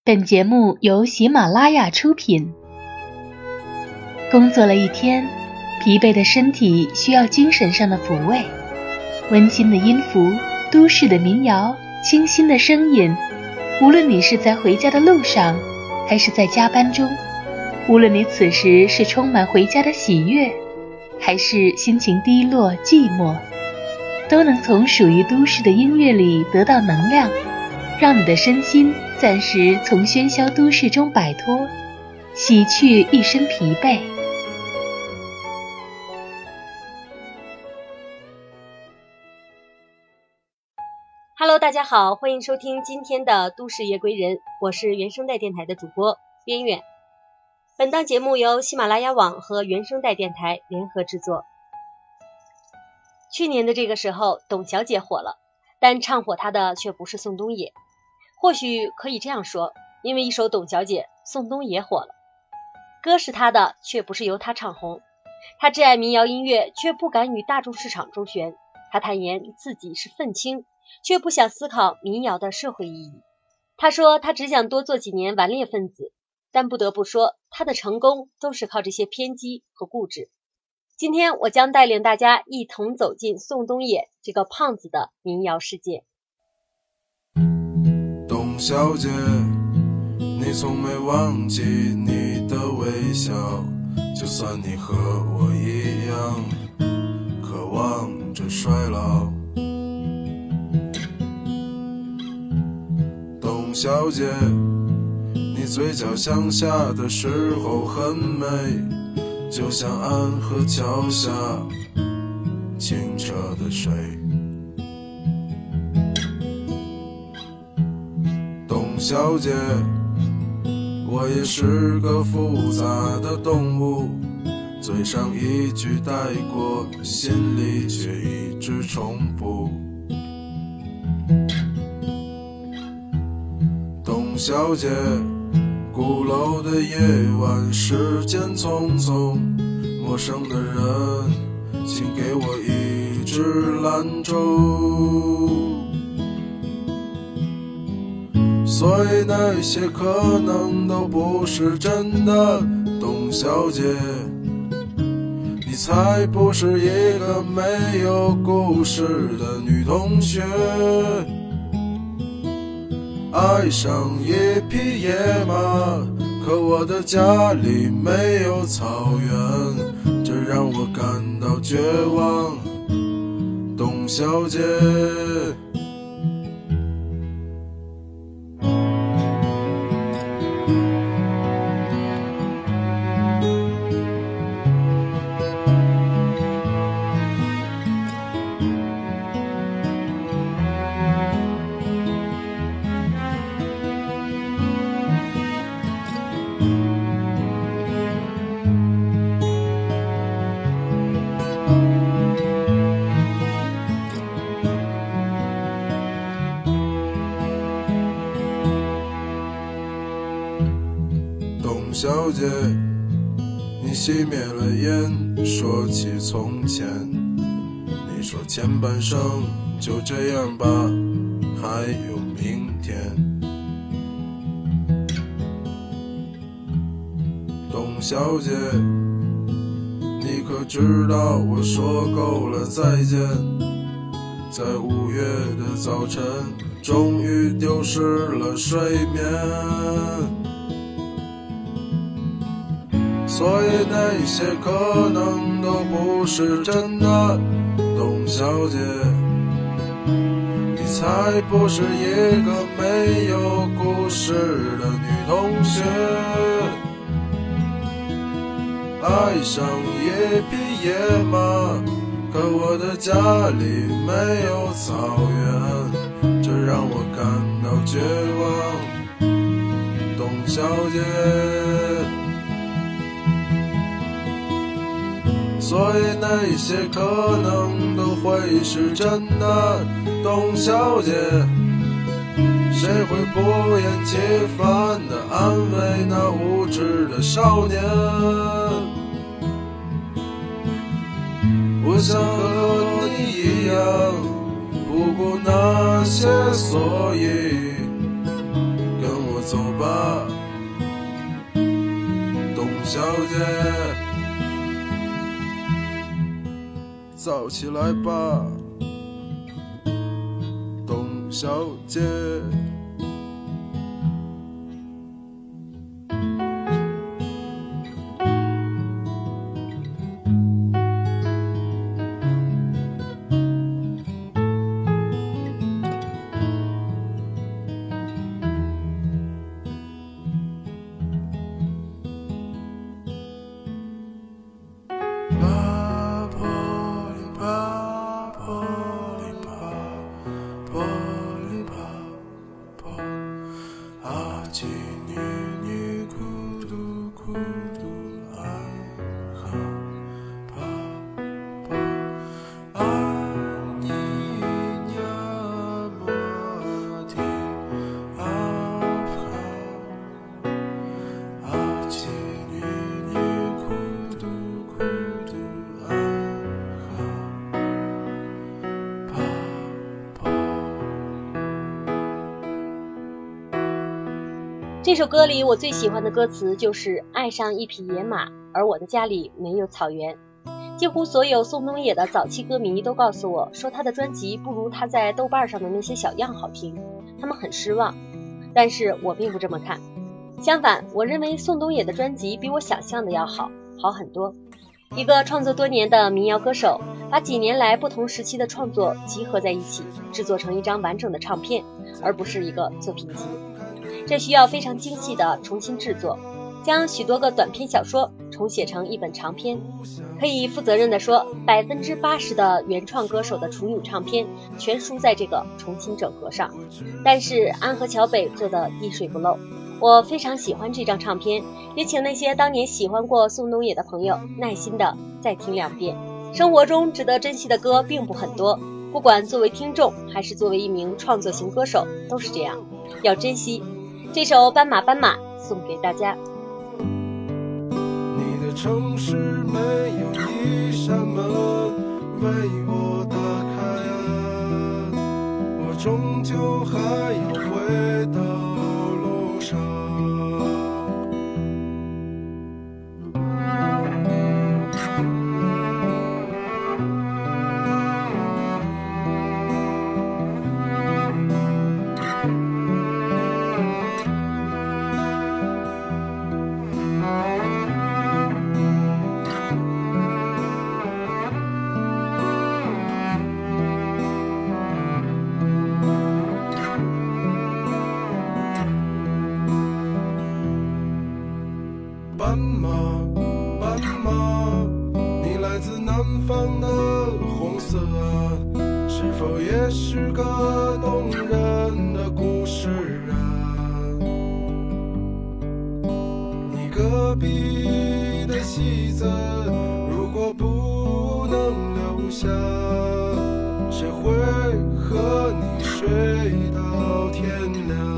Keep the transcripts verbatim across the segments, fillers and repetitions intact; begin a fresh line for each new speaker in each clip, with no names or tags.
本节目由喜马拉雅出品。工作了一天，疲惫的身体需要精神上的抚慰，温馨的音符，都市的民谣，清新的声音。无论你是在回家的路上，还是在加班中，无论你此时是充满回家的喜悦，还是心情低落寂寞，都能从属于都市的音乐里得到能量，让你的身心暂时从喧嚣都市中摆脱，洗去一身疲惫。
Hello， 大家好，欢迎收听今天的都市夜归人，我是原声带电台的主播边远。本档节目由喜马拉雅网和原声带电台联合制作。去年的这个时候，董小姐火了，但唱火她的却不是宋冬野。或许可以这样说，因为一首董小姐，宋冬野火了。歌是他的，却不是由他唱红。他挚爱民谣音乐，却不敢与大众市场周旋。他坦言自己是愤青，却不想思考民谣的社会意义。他说他只想多做几年顽劣分子，但不得不说，他的成功都是靠这些偏激和固执。今天我将带领大家一同走进宋冬野这个胖子的民谣世界。
董小姐，你从没忘记你的微笑，就算你和我一样渴望着衰老。董小姐，你嘴角向下的时候很美，就像安河桥下清澈的水。董小姐，我也是个复杂的动物，嘴上一句带过，心里却一直重复。董小姐，鼓楼的夜晚，时间匆匆，陌生的人，请给我一支兰州。所以那些可能都不是真的，董小姐，你才不是一个没有故事的女同学。爱上一匹野马，可我的家里没有草原，这让我感到绝望。董小姐，小姐，你熄灭了烟，说起从前，你说前半生就这样吧，还有明天。董小姐，你可知道我说够了再见，在五月的早晨，终于丢失了睡眠。所以那些可能都不是真的，董小姐，你才不是一个没有故事的女同学。爱上一匹野马，可我的家里没有草原，这让我感到绝望。董小姐，所以那些可能都会是真的，董小姐，谁会不厌其烦地安慰那无知的少年？我想和你一样，不顾那些所以，跟我走吧，董小姐，早起来吧，董小姐。
这首歌里我最喜欢的歌词就是爱上一匹野马，而我的家里没有草原。几乎所有宋冬野的早期歌迷都告诉我说他的专辑不如他在豆瓣上的那些小样好听，他们很失望。但是我并不这么看，相反，我认为宋冬野的专辑比我想象的要好，好很多。一个创作多年的民谣歌手，把几年来不同时期的创作集合在一起，制作成一张完整的唱片，而不是一个作品集。这需要非常精细的重新制作，将许多个短篇小说重写成一本长篇。可以负责任地说，百分之八十的原创歌手的处女唱片全输在这个重新整合上。但是安和桥北做的滴水不漏，我非常喜欢这张唱片，也请那些当年喜欢过宋冬野的朋友耐心的再听两遍。生活中值得珍惜的歌并不很多，不管作为听众还是作为一名创作型歌手都是这样，要珍惜。这首《斑马斑马》送给大家。
你的城市没有一扇门为我打开，我终究还要回到路上。斑马，斑马，你来自南方的红色，是否也是个动人的故事啊？你隔壁的戏子，如果不能留下，谁会和你睡到天亮？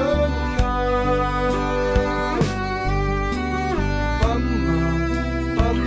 斑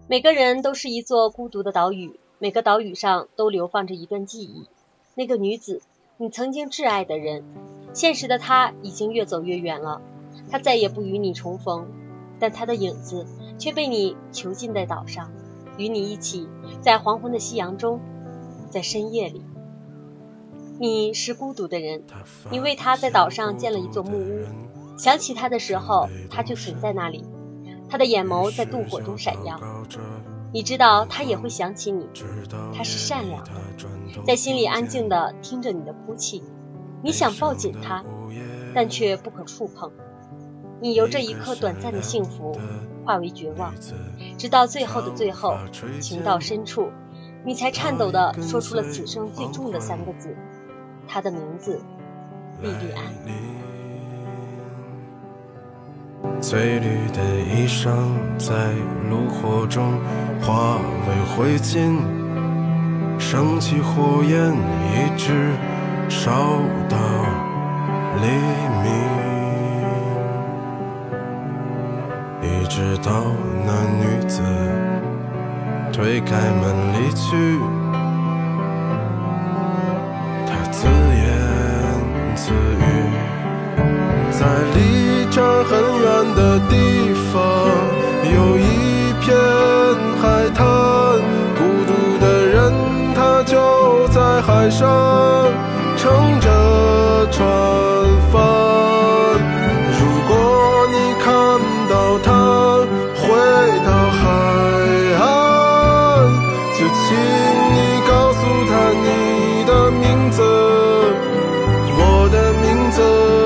每个人都是一座孤独的岛屿，每个岛屿上都流放着一段记忆。那个女子，你曾经挚爱的人，现实的她已经越走越远了，她再也不与你重逢，但她的影子却被你囚禁在岛上，与你一起在黄昏的夕阳中，在深夜里。你是孤独的人，你为他在岛上建了一座木屋，想起他的时候，他就存在那里，他的眼眸在妒火中闪耀。你知道他也会想起你，他是善良的，在心里安静地听着你的哭泣。你想抱紧他，但却不可触碰。你由这一刻短暂的幸福化为绝望，直到最后的最后，情到深处，你才颤抖地说出了此生最重的三个字，他的名字莉莉安。
翠绿的衣裳在炉火中化为灰烬，升起火焰一直烧到黎明，一直到那女子推开门离去，她自言自语，在离这儿很远的地方有一片海滩，孤独的人他就在海上乘着船帆。如果你看到他回到海岸，就请你告诉他你的名字，我的名字。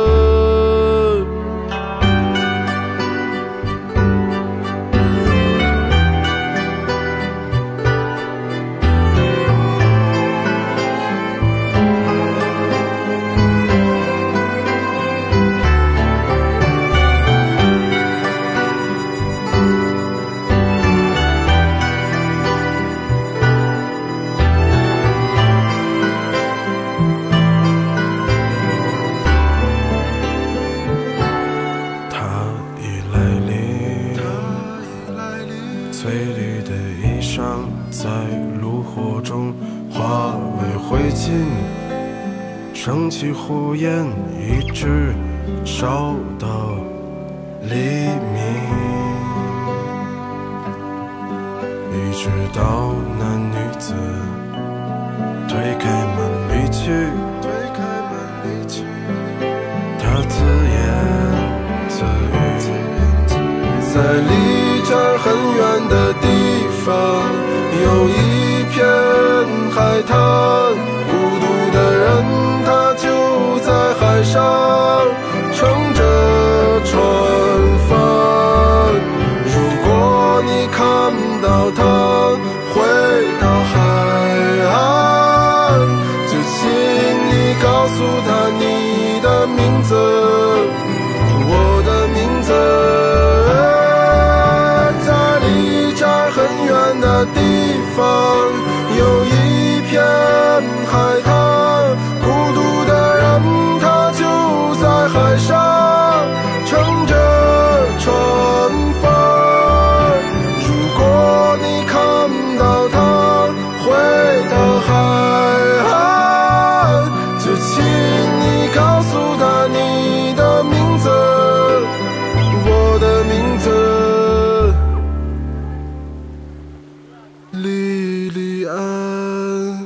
翠绿的衣裳在炉火中化为灰烬，升起火焰一直烧到黎明，一直到那女子推开门离去，她自言自语，在离这儿很远的地方有一片海滩，孤独的人他就在海上乘着船帆。如果你看到他回到海岸，就请你告诉他你的名字，我的名字。的地方有一片海滩，孤独的人他就在海上乘着船帆。如果你看到他回到海岸，就请你告诉他你的名字，我的名字莉莉安。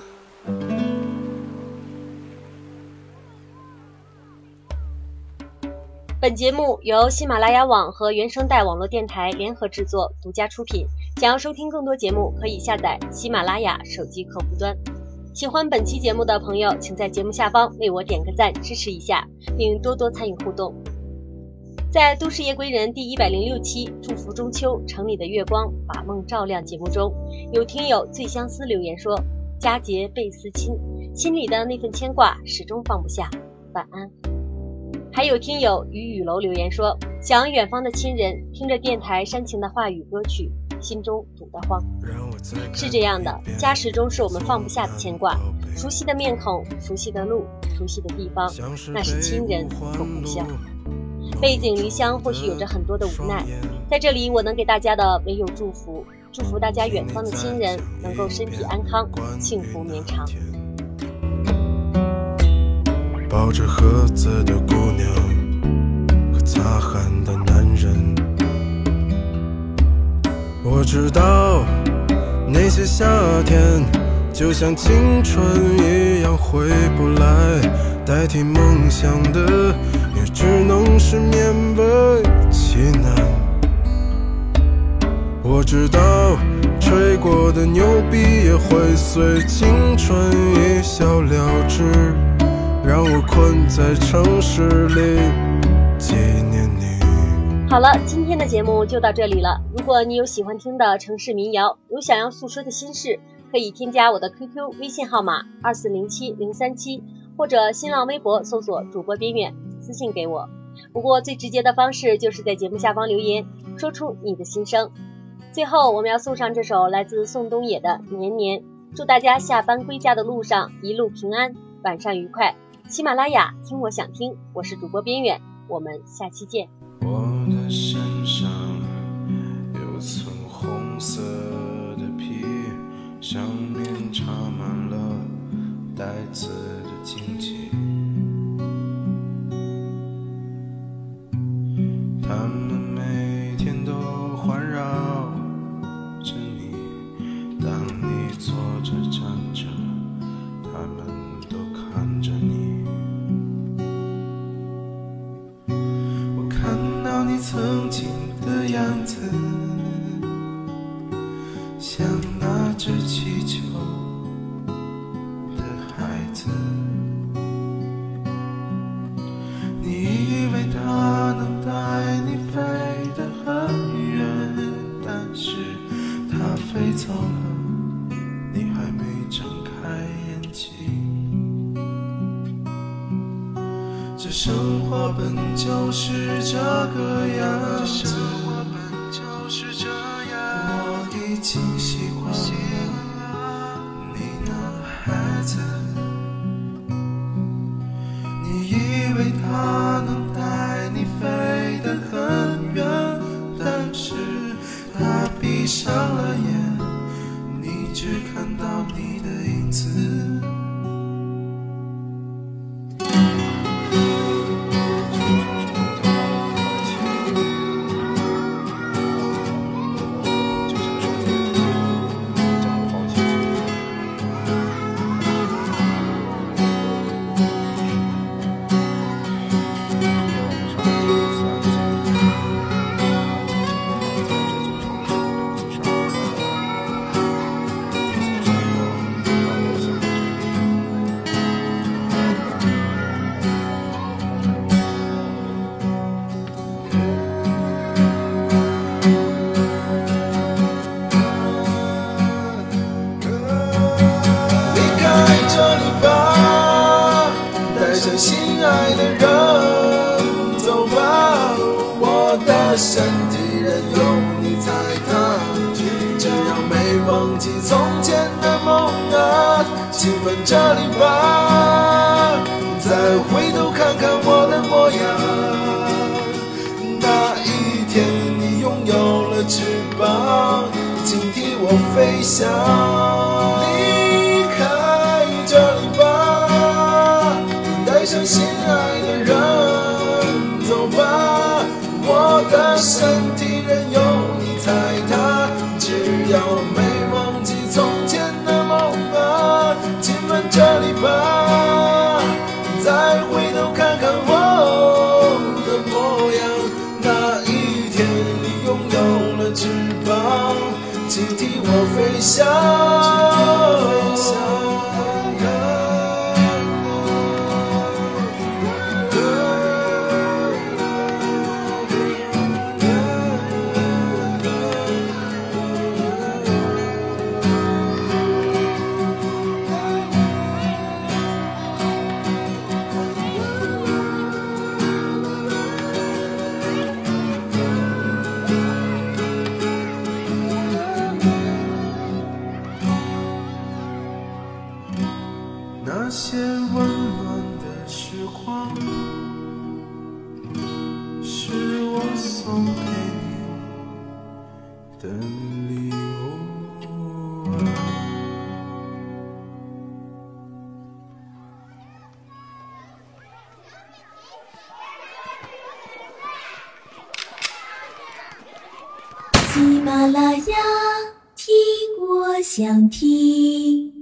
本节目由喜马拉雅网和原声带网络电台联合制作，独家出品。想要收听更多节目，可以下载喜马拉雅手机客户端。喜欢本期节目的朋友，请在节目下方为我点个赞，支持一下，并多多参与互动。在《都市夜归人》第一百零六期祝福中秋，城里的月光把梦照亮节目中，有听友醉相思留言说，佳节倍思亲，心里的那份牵挂始终放不下，晚安。还有听友于雨楼留言说，想远方的亲人，听着电台煽情的话语歌曲，心中堵得慌。是这样的，家始终是我们放不下的牵挂，熟悉的面孔，熟悉的路，熟悉的地方，那是亲人和故乡。背井离乡或许有着很多的无奈，在这里我能给大家的唯有祝福， 祝福大家远方的亲人能够身体安康，幸福绵长。
抱着盒子的姑娘和擦汗的男人，我知道那些夏天就像青春一样回不来，代替梦想的也只能是勉为其难。我知道吹过的牛逼也会随青春一笑了之，让我困在城市里纪念你。
好了，今天的节目就到这里了。如果你有喜欢听的城市民谣，有想要诉说的心事，可以添加我的 Q Q 微信号码二四零七零三七，或者新浪微博搜索主播边远私信给我。不过最直接的方式就是在节目下方留言，说出你的心声。最后我们要送上这首来自宋冬野的《年年》，祝大家下班归家的路上一路平安，晚上愉快。喜马拉雅听我想听，我是主播边远，我们下期见。
我的身上有层红色的皮，上面插满了带刺的荆棘，他们每天都环绕着你，当你坐着站着，他们都看着你。我看到你曾经的样子，像拿着气球的孩子，你以为他能带你飞得很远，但是他飞走了，你还没睁开眼睛。这生活本就是这个样子，我已经习惯了你的孩子。你以为他能带你飞得很远，但是他闭上了眼，你只看到你的影子。心爱的人，走吧，我的身体任由你踩踏，只要没忘记从前的梦啊，亲吻这里吧，再回头看看我的模样。那一天你拥有了翅膀，请替我飞翔，离开这里吧，带上心爱的人，走吧，我的身体任由你踩踏，只要没忘记从前的梦啊，亲吻这里吧，再回头看看我的模样。那一天你拥有了翅膀，请替我飞翔。
马拉雅，听我想听。